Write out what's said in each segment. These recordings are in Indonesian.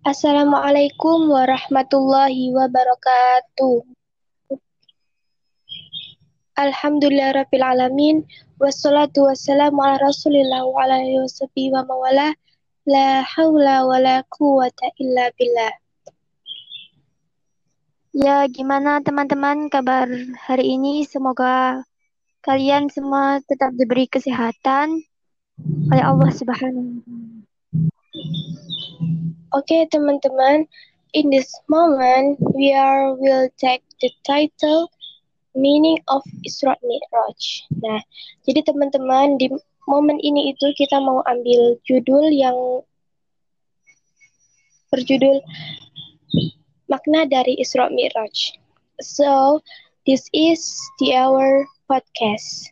Assalamualaikum warahmatullahi wabarakatuh. Alhamdulillah alamin. Wassalatu wassalamu ala rasulillah wa ala alihi washabihi wa mawalah. La haula wa la quwata illa billah. Ya, gimana teman-teman kabar hari ini? Semoga kalian semua tetap diberi kesehatan oleh Allah Subhanahu wa Ta'ala. Oke teman-teman, in this moment will take the title Meaning of Isra Mi'raj. Nah, jadi teman-teman di momen ini itu kita mau ambil judul yang berjudul Makna dari Isra Mi'raj. So, this is our podcast.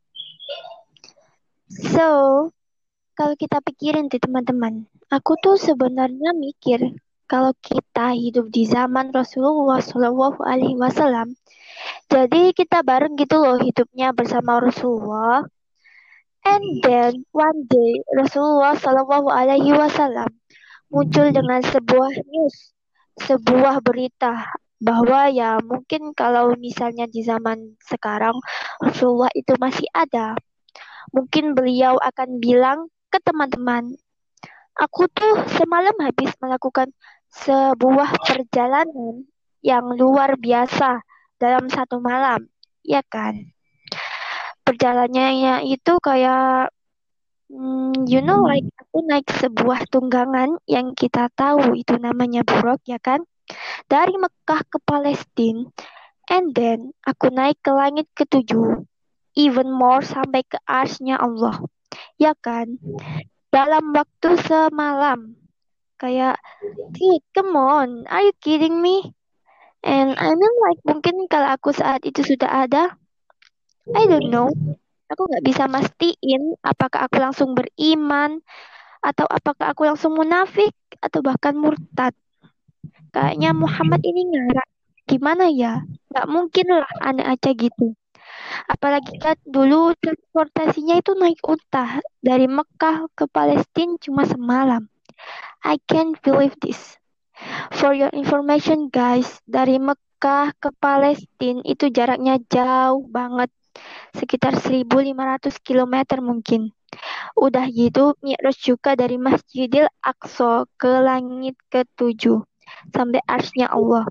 So, kalau kita pikirin tuh teman-teman, aku tuh sebenarnya mikir kalau kita hidup di zaman Rasulullah Shallallahu Alaihi Wasallam, jadi kita bareng gitu loh hidupnya bersama Rasulullah. And then one day Rasulullah Shallallahu Alaihi Wasallam muncul dengan sebuah news, sebuah berita bahwa ya mungkin kalau misalnya di zaman sekarang Rasulullah itu masih ada, mungkin beliau akan bilang ke teman-teman, aku tuh semalam habis melakukan sebuah perjalanan yang luar biasa dalam satu malam, ya kan? Perjalanannya itu kayak like aku naik sebuah tunggangan yang kita tahu itu namanya Buraq ya kan? Dari Mekah ke Palestina, and then aku naik ke langit ketujuh, even more sampai ke arsy-nya Allah, ya kan? Dalam waktu semalam, kayak, dude, come on, are you kidding me? And I mean like mungkin kalau aku saat itu sudah ada, I don't know, aku nggak bisa mastiin apakah aku langsung beriman atau apakah aku langsung munafik atau bahkan murtad. Kayaknya Muhammad ini ngarang. Gimana ya? Nggak mungkin lah aneh aja gitu. Apalagi kan dulu transportasinya itu naik unta dari Mekah ke Palestina cuma semalam. I can't believe this. For your information guys, dari Mekah ke Palestina itu jaraknya jauh banget. Sekitar 1.500 kilometer mungkin. Udah gitu, Mi'raj juga dari Masjidil Aqsa ke langit ketujuh sampai arsy-nya Allah.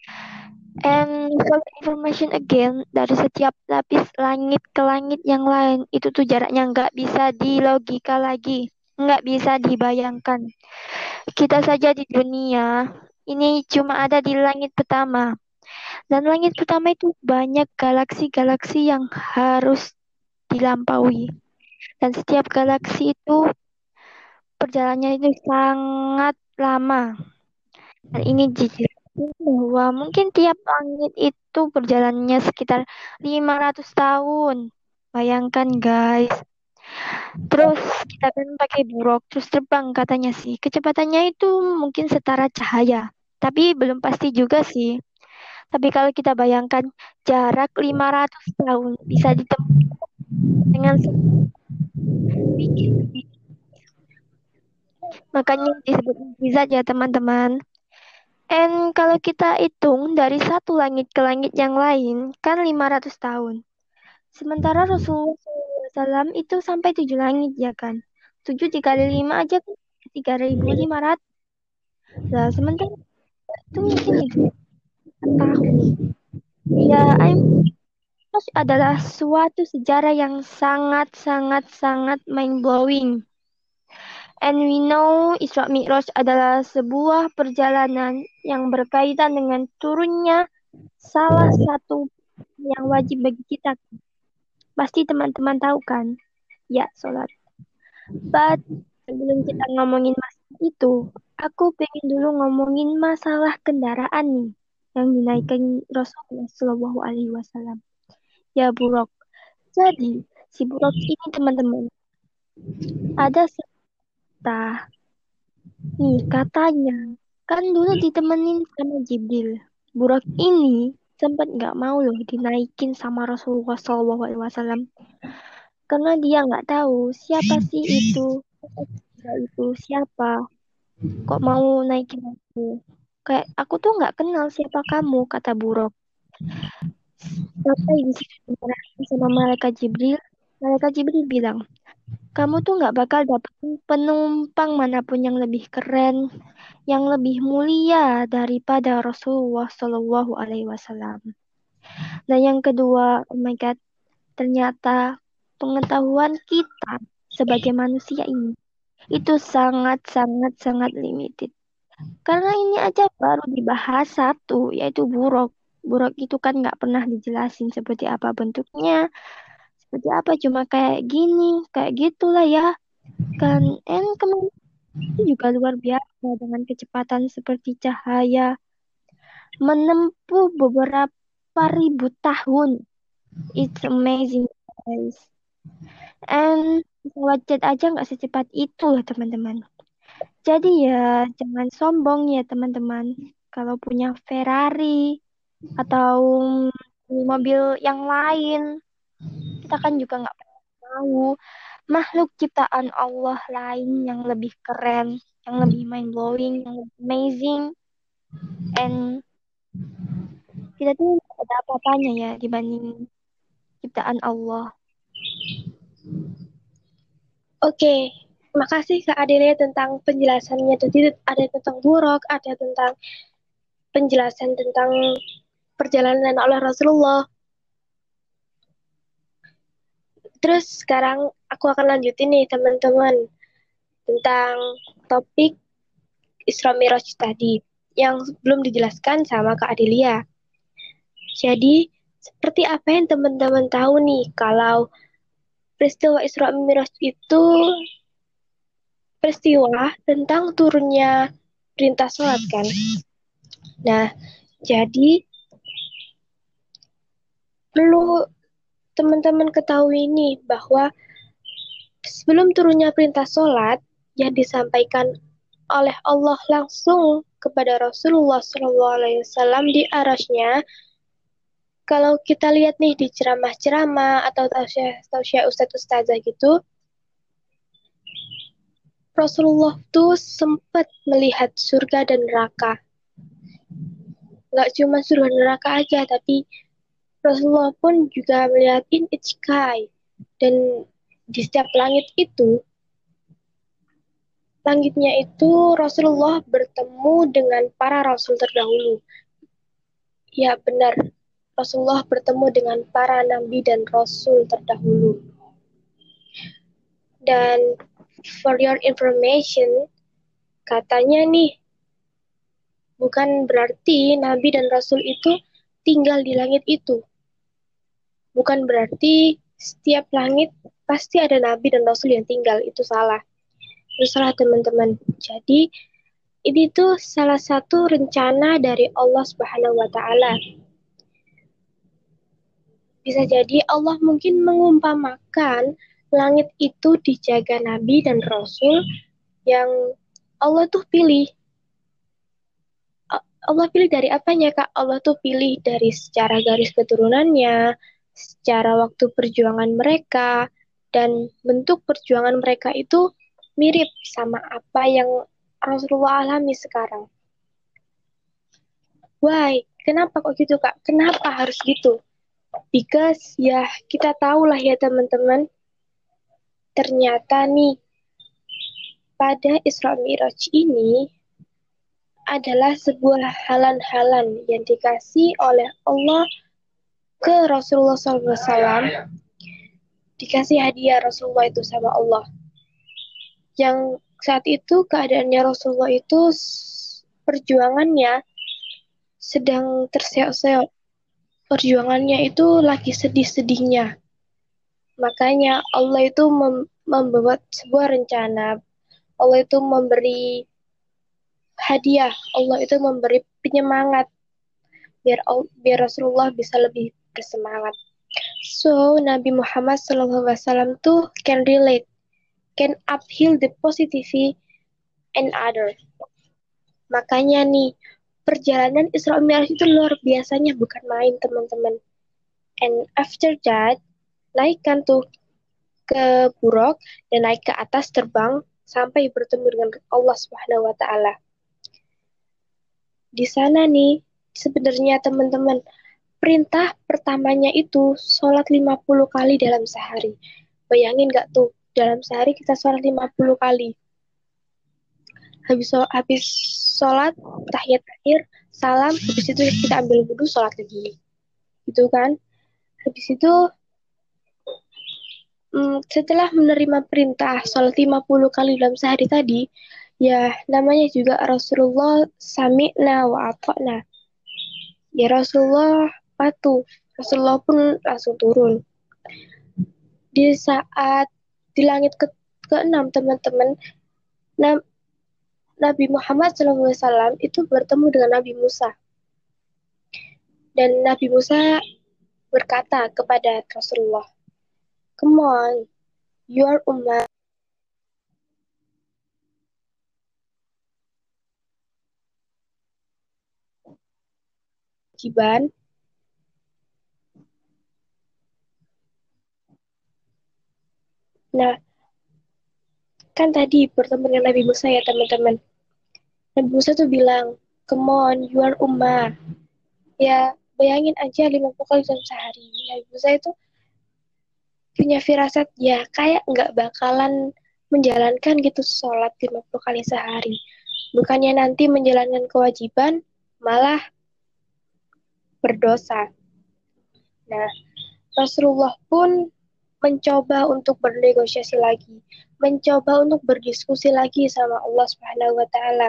And for information again, dari setiap lapis langit ke langit yang lain, itu tuh jaraknya nggak bisa dilogika lagi, nggak bisa dibayangkan. Kita saja di dunia, ini cuma ada di langit pertama. Dan langit pertama itu banyak galaksi-galaksi yang harus dilampaui. Dan setiap galaksi itu perjalanannya itu sangat lama. Dan ini dijelaskan bahwa mungkin tiap langit itu perjalanannya sekitar 500 tahun. Bayangkan guys. Terus kita kan pakai buruk, terus terbang katanya sih. Kecepatannya itu mungkin setara cahaya. Tapi belum pasti juga sih. Tapi kalau kita bayangkan jarak 500 tahun bisa ditempuh dengan sedikit. Makanya disebut mukjizat ya teman-teman. And kalau kita hitung dari satu langit ke langit yang lain, kan 500 tahun. Sementara Rasulullah SAW itu sampai 7 langit ya kan. 7 dikali 5 aja kan 3.500. Nah, sementara itu mungkin di 4 tahun. Ya, Mi'raj adalah suatu sejarah yang sangat mind-blowing. And we know Isra Mi'raj adalah sebuah perjalanan yang berkaitan dengan turunnya salah satu yang wajib bagi kita. Pasti teman-teman tahu kan? Ya, sholat. But sebelum kita ngomongin masalah itu, aku pengen dulu ngomongin masalah kendaraan nih yang dinaikkan Rasulullah Shallallahu Alaihi Wasallam. Ya, Buraq. Jadi, si Buraq ini teman-teman, ada cerita nih katanya, kan dulu ditemenin sama Jibril. Buraq ini sempat nggak mau loh dinaikin sama Rasulullah Shallallahu Alaihi Wasallam karena dia nggak tahu siapa sih itu. Jibril itu siapa. Kok mau naikin aku? Kayak aku tuh nggak kenal siapa kamu, kata Buruk. Sampai di situ dimarahin sama Malaikat Jibril. Malaikat Jibril bilang, kamu tuh nggak bakal dapetin penumpang manapun yang lebih keren, yang lebih mulia daripada Rasulullah Shallallahu Alaihi Wasallam. Dan yang kedua, oh my God, ternyata pengetahuan kita sebagai manusia ini itu sangat sangat sangat limited. Karena ini aja baru dibahas satu, yaitu buruk. Buruk itu kan nggak pernah dijelasin seperti apa bentuknya, seperti apa, cuma kayak gini, kayak gitulah ya. Kan, kemarin itu juga luar biasa dengan kecepatan seperti cahaya, menempuh beberapa ribu tahun. It's amazing, guys. And pesawat jet aja nggak secepat itu loh, teman-teman. Jadi ya jangan sombong ya teman-teman. Kalau punya Ferrari atau mobil yang lain, kita kan juga nggak pernah tahu makhluk ciptaan Allah lain yang lebih keren, yang lebih mind blowing, yang lebih amazing, and kita tuh nggak ada apa-apanya ya dibanding ciptaan Allah. Oke, makasih Kak Adelia tentang penjelasannya. Jadi ada tentang buruk, ada tentang penjelasan tentang perjalanan oleh Rasulullah. Terus sekarang aku akan lanjutin nih teman-teman tentang topik Isra Miraj tadi yang belum dijelaskan sama Kak Adelia. Jadi seperti apa yang teman-teman tahu nih kalau peristiwa Isra Miraj itu peristiwa tentang turunnya perintah sholat kan? Nah, jadi perlu teman-teman ketahui nih bahwa sebelum turunnya perintah sholat yang disampaikan oleh Allah langsung kepada Rasulullah SAW di arasnya, kalau kita lihat nih di ceramah-ceramah atau tausiah ustadz-ustazah gitu, Rasulullah tuh sempat melihat surga dan neraka. Nggak cuma surga dan neraka aja, tapi Rasulullah pun juga melihat in its sky. Dan di setiap langit itu, langitnya itu Rasulullah bertemu dengan para rasul terdahulu. Ya benar, Rasulullah bertemu dengan para nabi dan rasul terdahulu. Dan for your information, katanya nih, bukan berarti nabi dan rasul itu tinggal di langit itu. Bukan berarti setiap langit pasti ada nabi dan rasul yang tinggal, itu salah. Itu salah teman-teman. Jadi ini tuh salah satu rencana dari Allah Subhanahu wa Ta'ala. Bisa jadi Allah mungkin mengumpamakan langit itu dijaga nabi dan rasul yang Allah tuh pilih. Allah pilih dari apanya, Kak? Allah tuh pilih dari secara garis keturunannya, secara waktu perjuangan mereka, dan bentuk perjuangan mereka itu mirip sama apa yang Rasulullah alami sekarang. Why? Kenapa kok gitu, Kak? Kenapa harus gitu? Because ya kita tahu lah ya teman-teman, ternyata nih pada Isra Mi'raj ini adalah sebuah halan-halan yang dikasih oleh Allah ke Rasulullah SAW. Dikasih hadiah Rasulullah itu sama Allah. Yang saat itu keadaannya Rasulullah itu perjuangannya sedang terseok-seok. Perjuangannya itu lagi sedih-sedihnya. Makanya Allah itu membuat sebuah rencana. Allah itu memberi hadiah. Allah itu memberi penyemangat biar Rasulullah bisa lebih bersemangat. So Nabi Muhammad SAW tuh can relate, can uphill the positivity and other. Makanya nih perjalanan Isra Mi'raj itu luar biasanya, bukan main teman-teman. And after that naikkan tuh ke Buraq dan naik ke atas terbang sampai bertemu dengan Allah Subhanahu wa taala. Di sana nih, sebenarnya teman-teman, perintah pertamanya itu sholat 50 kali dalam sehari. Bayangin gak tuh, dalam sehari kita sholat 50 kali. Habis sholat, tahiyat akhir, salam, habis itu kita ambil wudhu, sholat lagi. Gitu kan. Habis itu, setelah menerima perintah sholat 50 kali dalam sehari tadi, ya namanya juga Rasulullah sami'na wa ata'na. Ya Rasulullah patuh. Rasulullah pun langsung turun. Di saat di langit ke-6 teman-teman, Nabi Muhammad SAW itu bertemu dengan Nabi Musa. Dan Nabi Musa berkata kepada Rasulullah, "Come on, your ummah." Kewajiban. Nah, kan tadi bertemu dengan Nabi Musa ya teman-teman. Nabi Musa tuh bilang, "Come on, your ummah." Ya, bayangin aja 50 kali dalam sehari. Nabi Musa itu punya firasat ya kayak nggak bakalan menjalankan gitu sholat 50 kali sehari. Bukannya nanti menjalankan kewajiban, malah berdosa. Nah, Rasulullah pun mencoba untuk bernegosiasi lagi, mencoba untuk berdiskusi lagi sama Allah Subhanahu wa taala.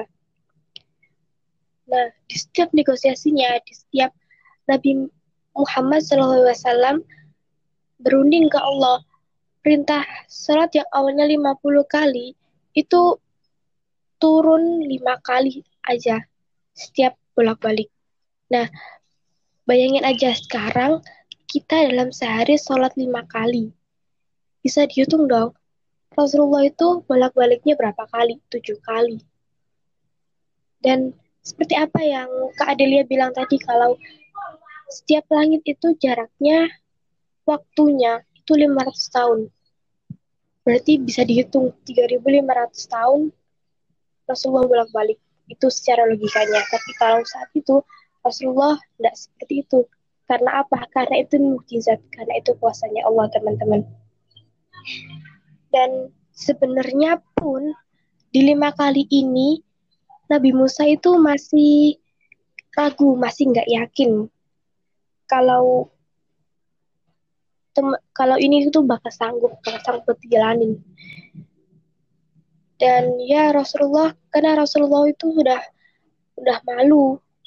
Nah, di setiap negosiasinya, di setiap Nabi Muhammad SAW berunding ke Allah, perintah salat yang awalnya 50 kali itu turun 5 kali aja setiap bolak-balik. Nah, bayangin aja sekarang kita dalam sehari sholat 5 kali. Bisa dihitung dong, Rasulullah itu bolak-baliknya berapa kali? 7 kali. Dan seperti apa yang Kak Adelia bilang tadi, kalau setiap langit itu jaraknya, waktunya itu 500 tahun. Berarti bisa dihitung 3.500 tahun Rasulullah bolak-balik. Itu secara logikanya. Tapi kalau saat itu Rasulullah tidak seperti itu. Karena apa? Karena itu mukjizat. Karena itu kuasanya Allah, teman-teman. Dan sebenarnya pun di 5 kali ini Nabi Musa itu masih ragu, masih nggak yakin kalau ini itu bakal sanggup dijalanin. Dan ya Rasulullah, karena Rasulullah itu udah malu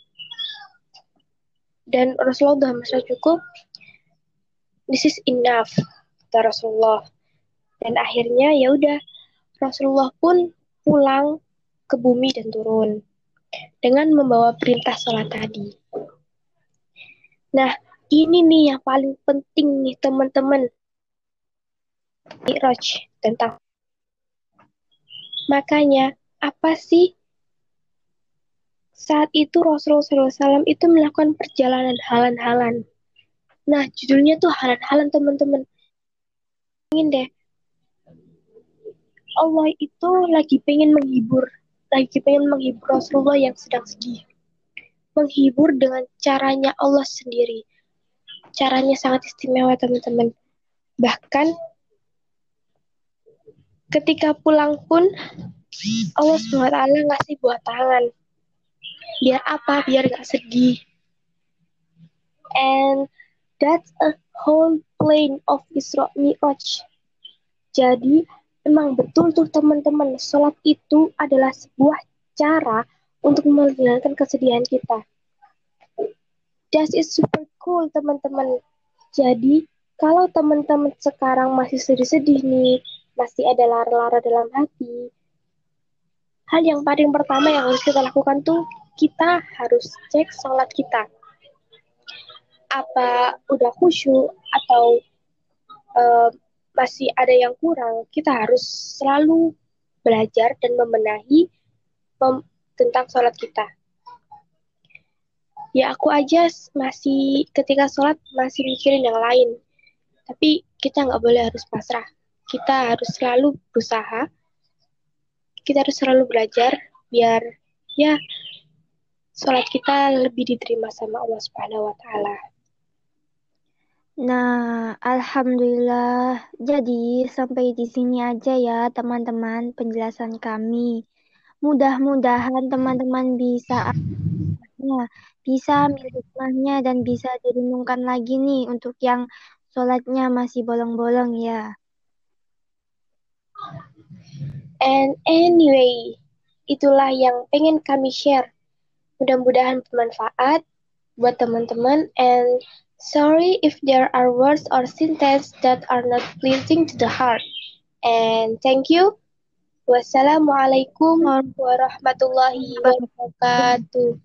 dan Rasulullah udah merasa cukup, this is enough, kata Rasulullah. Dan akhirnya ya udah, Rasulullah pun pulang ke bumi dan turun dengan membawa perintah sholat tadi. Nah, ini nih yang paling penting nih teman-teman, Mi'raj tentang. Makanya apa sih saat itu Rasulullah SAW itu melakukan perjalanan halan-halan. Nah, judulnya tuh halan-halan teman-teman. Ingin deh, Allah itu lagi pengen menghibur Rasulullah yang sedang sedih. Menghibur dengan caranya Allah sendiri. Caranya sangat istimewa teman-teman. Bahkan ketika pulang pun Allah SWT ngasih buah tangan. Biar apa? Biar gak sedih. And that's a whole plan of Isra Mi'raj. Jadi memang betul tuh teman-teman, sholat itu adalah sebuah cara untuk menghilangkan kesedihan kita. That is super cool teman-teman. Jadi kalau teman-teman sekarang masih sedih-sedih nih, masih ada lara-lara dalam hati, hal yang paling pertama yang harus kita lakukan tuh, kita harus cek sholat kita. Apa udah khusyuk atau masih ada yang kurang, kita harus selalu belajar dan membenahi tentang sholat kita. Ya aku aja masih ketika sholat masih mikirin yang lain. Tapi kita nggak boleh harus pasrah. Kita harus selalu berusaha kita harus selalu belajar biar ya sholat kita lebih diterima sama Allah Subhanahu wa Ta'ala. Nah, alhamdulillah. Jadi, sampai di sini aja ya, teman-teman, penjelasan kami. Mudah-mudahan teman-teman bisa ambil hikmahnya dan bisa direnungkan lagi nih untuk yang sholatnya masih bolong-bolong ya. And anyway, itulah yang pengen kami share. Mudah-mudahan bermanfaat buat teman-teman, and sorry if there are words or sentences that are not pleasing to the heart. And thank you. Wassalamualaikum warahmatullahi wabarakatuh.